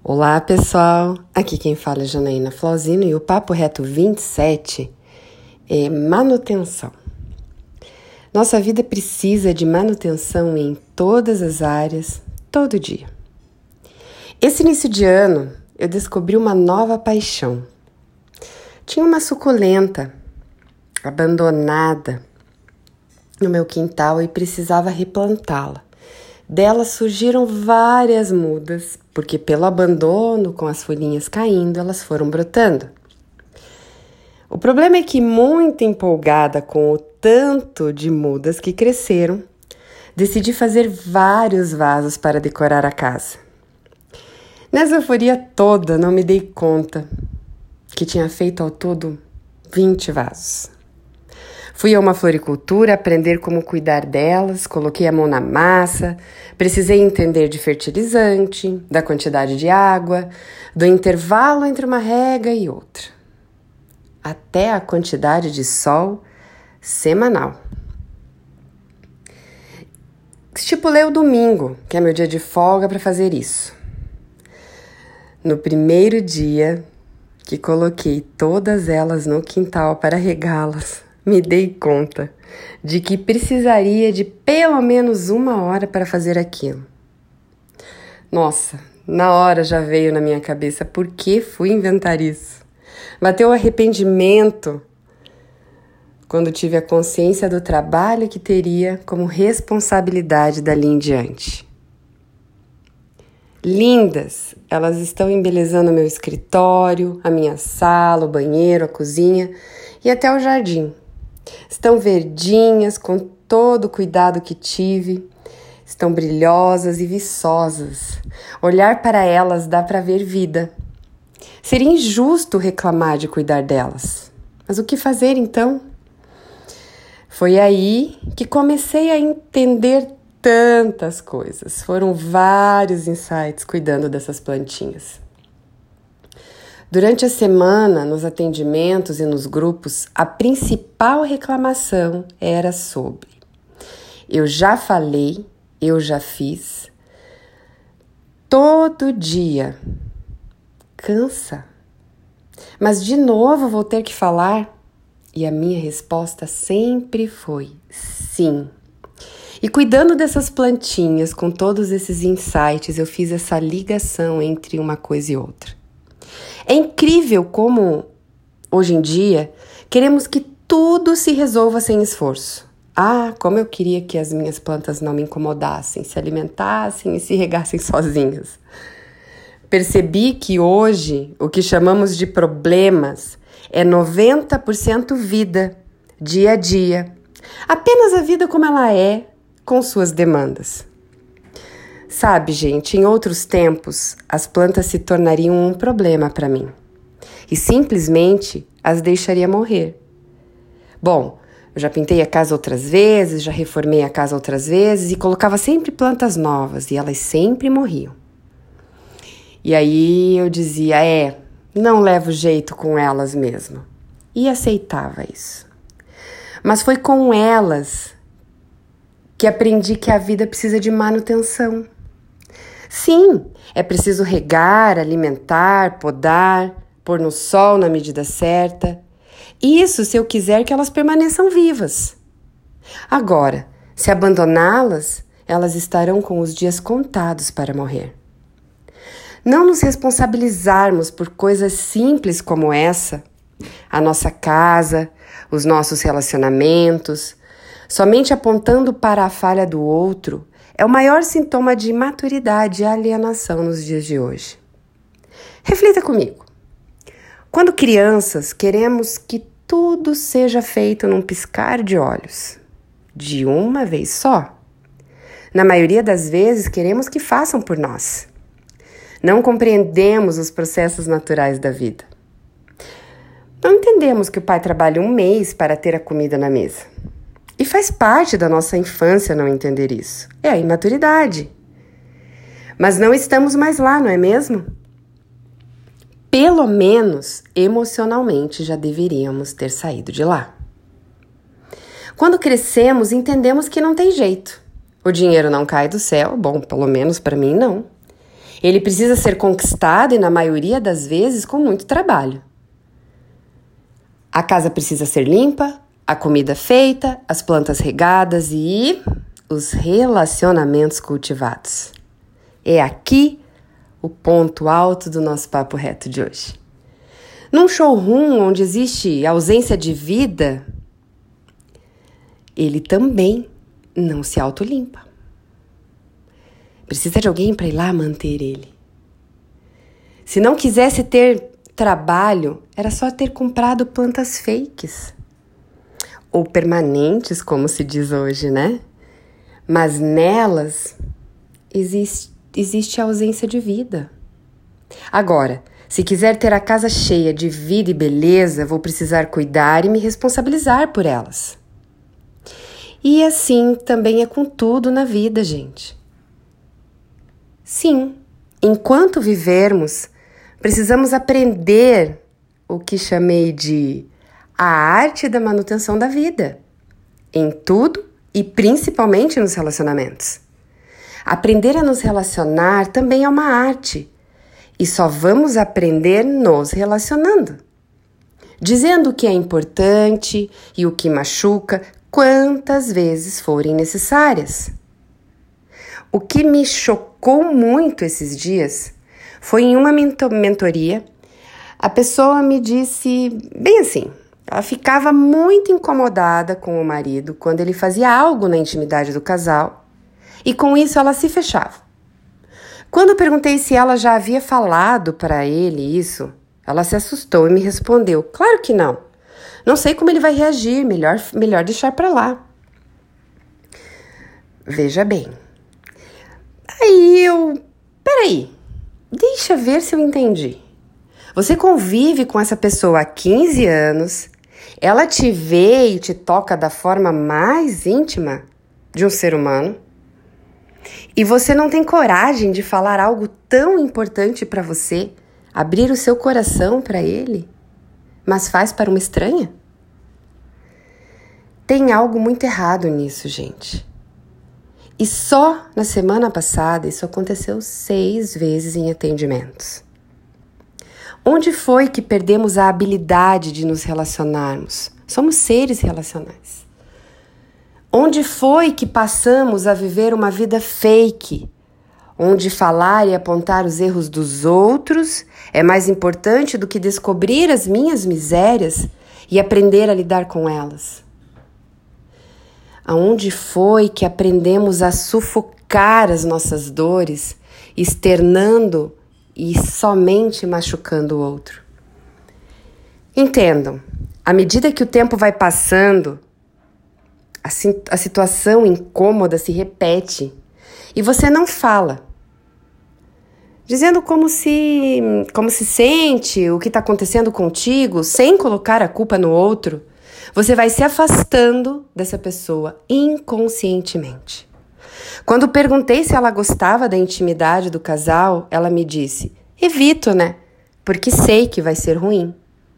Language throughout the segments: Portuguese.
Olá pessoal, aqui quem fala é Janaína Flauzino e o Papo Reto 27 é manutenção. Nossa vida precisa de manutenção em todas as áreas, todo dia. Esse início de ano eu descobri uma nova paixão. Tinha uma suculenta abandonada no meu quintal e precisava replantá-la. Dela surgiram várias mudas, porque pelo abandono, com as folhinhas caindo, elas foram brotando. O problema é que, muito empolgada com o tanto de mudas que cresceram, decidi fazer vários vasos para decorar a casa. Nessa euforia toda, não me dei conta que tinha feito ao todo 20 vasos. Fui a uma floricultura aprender como cuidar delas, coloquei a mão na massa, precisei entender de fertilizante, da quantidade de água, do intervalo entre uma rega e outra, até a quantidade de sol semanal. Estipulei o domingo, que é meu dia de folga, para fazer isso. No primeiro dia que coloquei todas elas no quintal para regá-las, me dei conta de que precisaria de pelo menos 1 hora para fazer aquilo. Nossa, na hora já veio na minha cabeça por que fui inventar isso. Bateu o arrependimento quando tive a consciência do trabalho que teria como responsabilidade dali em diante. Lindas, elas estão embelezando o meu escritório, a minha sala, o banheiro, a cozinha e até o jardim. Estão verdinhas, com todo o cuidado que tive. Estão brilhosas e viçosas. Olhar para elas dá para ver vida. Seria injusto reclamar de cuidar delas. Mas o que fazer então? Foi aí que comecei a entender tantas coisas. Foram vários insights cuidando dessas plantinhas. Durante a semana, nos atendimentos e nos grupos, a principal reclamação era sobre: eu já falei, eu já fiz, todo dia. Cansa. Mas de novo vou ter que falar? E a minha resposta sempre foi sim. E cuidando dessas plantinhas, com todos esses insights, eu fiz essa ligação entre uma coisa e outra. É incrível como, hoje em dia, queremos que tudo se resolva sem esforço. Ah, como eu queria que as minhas plantas não me incomodassem, se alimentassem e se regassem sozinhas. Percebi que hoje o que chamamos de problemas é 90% vida, dia a dia. Apenas a vida como ela é, com suas demandas. Sabe, gente, em outros tempos, as plantas se tornariam um problema para mim. E simplesmente as deixaria morrer. Bom, eu já pintei a casa outras vezes, já reformei a casa outras vezes e colocava sempre plantas novas e elas sempre morriam. E aí eu dizia, não levo jeito com elas mesmo. E aceitava isso. Mas foi com elas que aprendi que a vida precisa de manutenção. Sim, é preciso regar, alimentar, podar, pôr no sol na medida certa. Isso se eu quiser que elas permaneçam vivas. Agora, se abandoná-las, elas estarão com os dias contados para morrer. Não nos responsabilizarmos por coisas simples como essa, a nossa casa, os nossos relacionamentos, somente apontando para a falha do outro, é o maior sintoma de imaturidade e alienação nos dias de hoje. Reflita comigo. Quando crianças, queremos que tudo seja feito num piscar de olhos, de uma vez só. Na maioria das vezes, queremos que façam por nós. Não compreendemos os processos naturais da vida. Não entendemos que o pai trabalha 1 mês para ter a comida na mesa. E faz parte da nossa infância não entender isso. É a imaturidade. Mas não estamos mais lá, não é mesmo? Pelo menos emocionalmente já deveríamos ter saído de lá. Quando crescemos, entendemos que não tem jeito. O dinheiro não cai do céu, bom, pelo menos para mim não. Ele precisa ser conquistado e, na maioria das vezes, com muito trabalho. A casa precisa ser limpa, a comida feita, as plantas regadas e os relacionamentos cultivados. É aqui o ponto alto do nosso papo reto de hoje. Num showroom onde existe ausência de vida, ele também não se autolimpa. Precisa de alguém para ir lá manter ele. Se não quisesse ter trabalho, era só ter comprado plantas fakes. Ou permanentes, como se diz hoje, né? Mas nelas existe a ausência de vida. Agora, se quiser ter a casa cheia de vida e beleza, vou precisar cuidar e me responsabilizar por elas. E assim também é com tudo na vida, gente. Sim, enquanto vivermos, precisamos aprender o que chamei de a arte da manutenção da vida, em tudo e principalmente nos relacionamentos. Aprender a nos relacionar também é uma arte, e só vamos aprender nos relacionando, dizendo o que é importante e o que machuca quantas vezes forem necessárias. O que me chocou muito esses dias foi em uma mentoria, a pessoa me disse bem assim, ela ficava muito incomodada com o marido quando ele fazia algo na intimidade do casal e com isso ela se fechava. Quando eu perguntei se ela já havia falado para ele isso, ela se assustou e me respondeu, claro que não. Não sei como ele vai reagir, melhor deixar para lá. Veja bem. Peraí, deixa ver se eu entendi. Você convive com essa pessoa há 15 anos, ela te vê e te toca da forma mais íntima de um ser humano, e você não tem coragem de falar algo tão importante para você, abrir o seu coração para ele, mas faz para uma estranha? Tem algo muito errado nisso, gente. E só na semana passada isso aconteceu 6 vezes em atendimentos. Onde foi que perdemos a habilidade de nos relacionarmos? Somos seres relacionais. Onde foi que passamos a viver uma vida fake, onde falar e apontar os erros dos outros é mais importante do que descobrir as minhas misérias e aprender a lidar com elas? Aonde foi que aprendemos a sufocar as nossas dores, externando e somente machucando o outro? Entendam, à medida que o tempo vai passando, a situação incômoda se repete e você não fala, dizendo como se sente, o que está acontecendo contigo, sem colocar a culpa no outro. Você vai se afastando dessa pessoa inconscientemente. Quando perguntei se ela gostava da intimidade do casal, ela me disse, evito, né? Porque sei que vai ser ruim.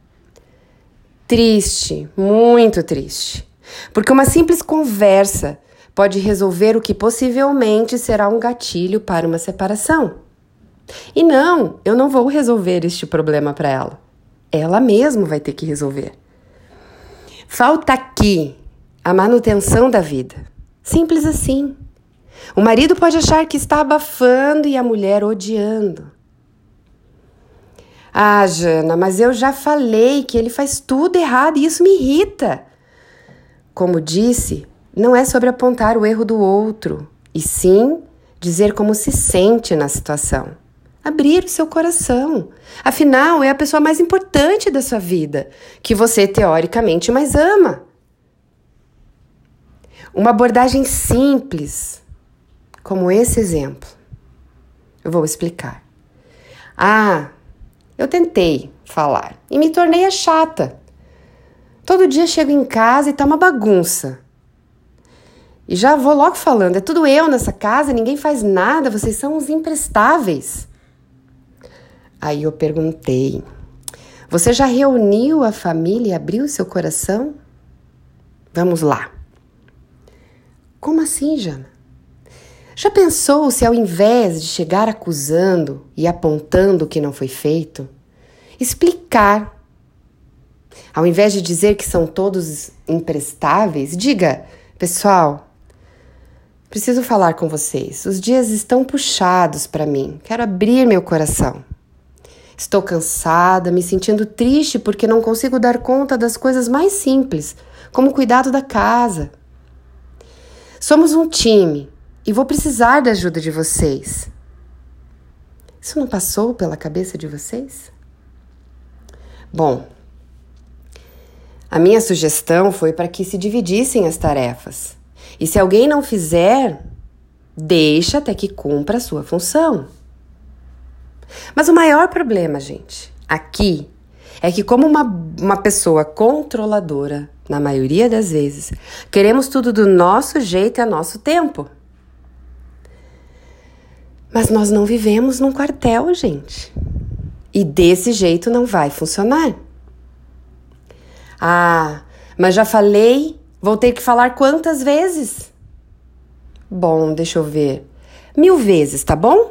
Triste, muito triste. Porque uma simples conversa pode resolver o que possivelmente será um gatilho para uma separação. E não, eu não vou resolver este problema para ela. Ela mesma vai ter que resolver. Falta aqui a manutenção da vida. Simples assim. O marido pode achar que está abafando e a mulher odiando. Ah, Jana, mas eu já falei que ele faz tudo errado e isso me irrita. Como disse, não é sobre apontar o erro do outro, e sim dizer como se sente na situação. Abrir o seu coração. Afinal, é a pessoa mais importante da sua vida, que você teoricamente mais ama. Uma abordagem simples, como esse exemplo. Eu vou explicar. Ah, eu tentei falar e me tornei a chata. Todo dia chego em casa e tá uma bagunça. E já vou logo falando, é tudo eu nessa casa, ninguém faz nada, vocês são os imprestáveis. Aí eu perguntei, você já reuniu a família e abriu seu coração? Vamos lá. Como assim, Jana? Já pensou se ao invés de chegar acusando e apontando o que não foi feito, explicar? Ao invés de dizer que são todos imprestáveis, diga: pessoal, preciso falar com vocês. Os dias estão puxados para mim. Quero abrir meu coração. Estou cansada, me sentindo triste porque não consigo dar conta das coisas mais simples, como o cuidado da casa. Somos um time e vou precisar da ajuda de vocês. Isso não passou pela cabeça de vocês? Bom, a minha sugestão foi para que se dividissem as tarefas. E se alguém não fizer, deixa até que cumpra a sua função. Mas o maior problema, gente, aqui, é que como uma pessoa controladora, na maioria das vezes, queremos tudo do nosso jeito e a nosso tempo. Mas nós não vivemos num quartel, gente. E desse jeito não vai funcionar. Ah, mas já falei, vou ter que falar quantas vezes? Bom, deixa eu ver. 1000 vezes, tá bom?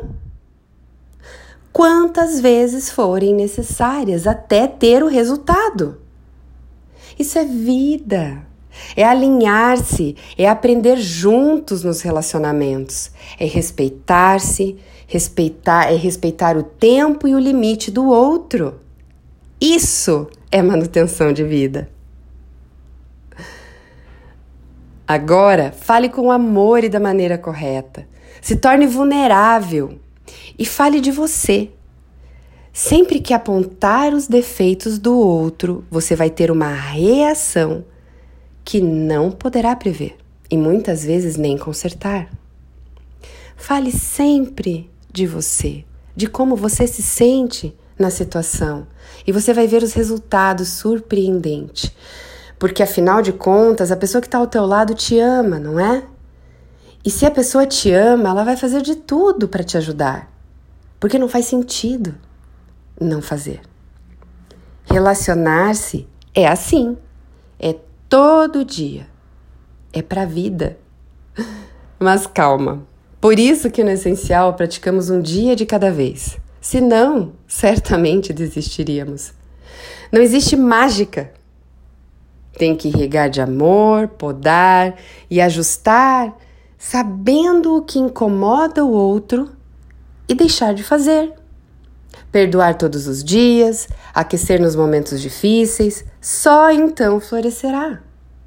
Quantas vezes forem necessárias até ter o resultado. Isso é vida. É alinhar-se, é aprender juntos nos relacionamentos, é respeitar-se, respeitar o tempo e o limite do outro. Isso é manutenção de vida. Agora, fale com amor e da maneira correta. Se torne vulnerável e fale de você. Sempre que apontar os defeitos do outro, você vai ter uma reação que não poderá prever e muitas vezes nem consertar. Fale sempre de você, de como você se sente na situação e você vai ver os resultados surpreendentes. Porque afinal de contas, a pessoa que está ao teu lado te ama, não é? E se a pessoa te ama, ela vai fazer de tudo para te ajudar. Porque não faz sentido não fazer. Relacionar-se é assim, é todo dia, é para a vida. Mas calma, por isso que no essencial praticamos um dia de cada vez. Senão, certamente desistiríamos. Não existe mágica. Tem que regar de amor, podar e ajustar, sabendo o que incomoda o outro e deixar de fazer. Perdoar todos os dias, aquecer nos momentos difíceis, só então florescerá.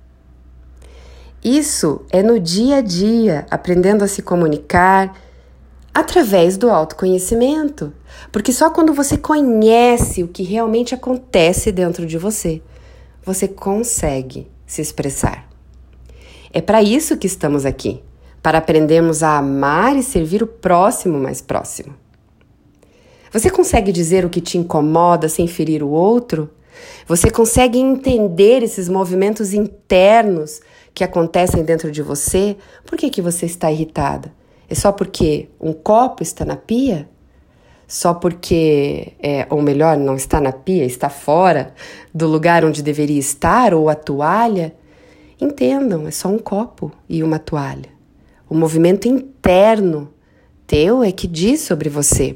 Isso é no dia a dia, aprendendo a se comunicar através do autoconhecimento. Porque só quando você conhece o que realmente acontece dentro de você, você consegue se expressar. É para isso que estamos aqui, para aprendermos a amar e servir o próximo mais próximo. Você consegue dizer o que te incomoda sem ferir o outro? Você consegue entender esses movimentos internos que acontecem dentro de você? Por que você está irritada? É só porque um copo está na pia? Só porque, ou melhor, não está na pia, está fora do lugar onde deveria estar, ou a toalha? Entendam, é só um copo e uma toalha. O movimento interno teu é que diz sobre você.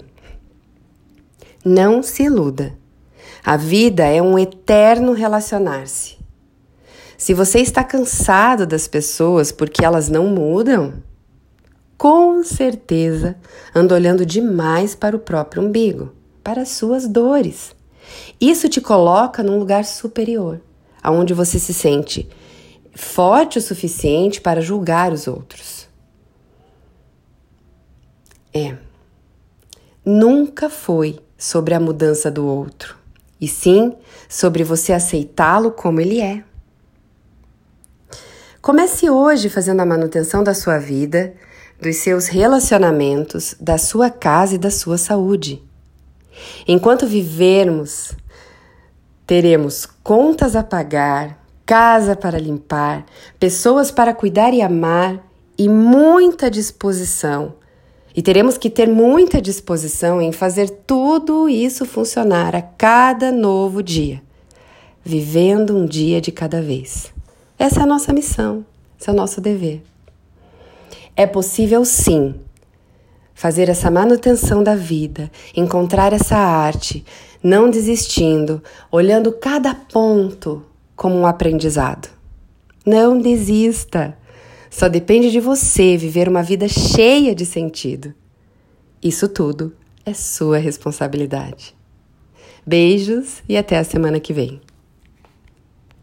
Não se iluda. A vida é um eterno relacionar-se. Se você está cansado das pessoas porque elas não mudam, com certeza anda olhando demais para o próprio umbigo, para as suas dores. Isso te coloca num lugar superior, onde você se sente forte o suficiente para julgar os outros. Nunca foi sobre a mudança do outro, e sim sobre você aceitá-lo como ele é. Comece hoje fazendo a manutenção da sua vida, dos seus relacionamentos, da sua casa e da sua saúde. Enquanto vivermos, teremos contas a pagar, casa para limpar, pessoas para cuidar e amar e muita disposição. E teremos que ter muita disposição em fazer tudo isso funcionar a cada novo dia, vivendo um dia de cada vez. Essa é a nossa missão, esse é o nosso dever. É possível sim fazer essa manutenção da vida, encontrar essa arte, não desistindo, olhando cada ponto como um aprendizado. Não desista! Só depende de você viver uma vida cheia de sentido. Isso tudo é sua responsabilidade. Beijos e até a semana que vem.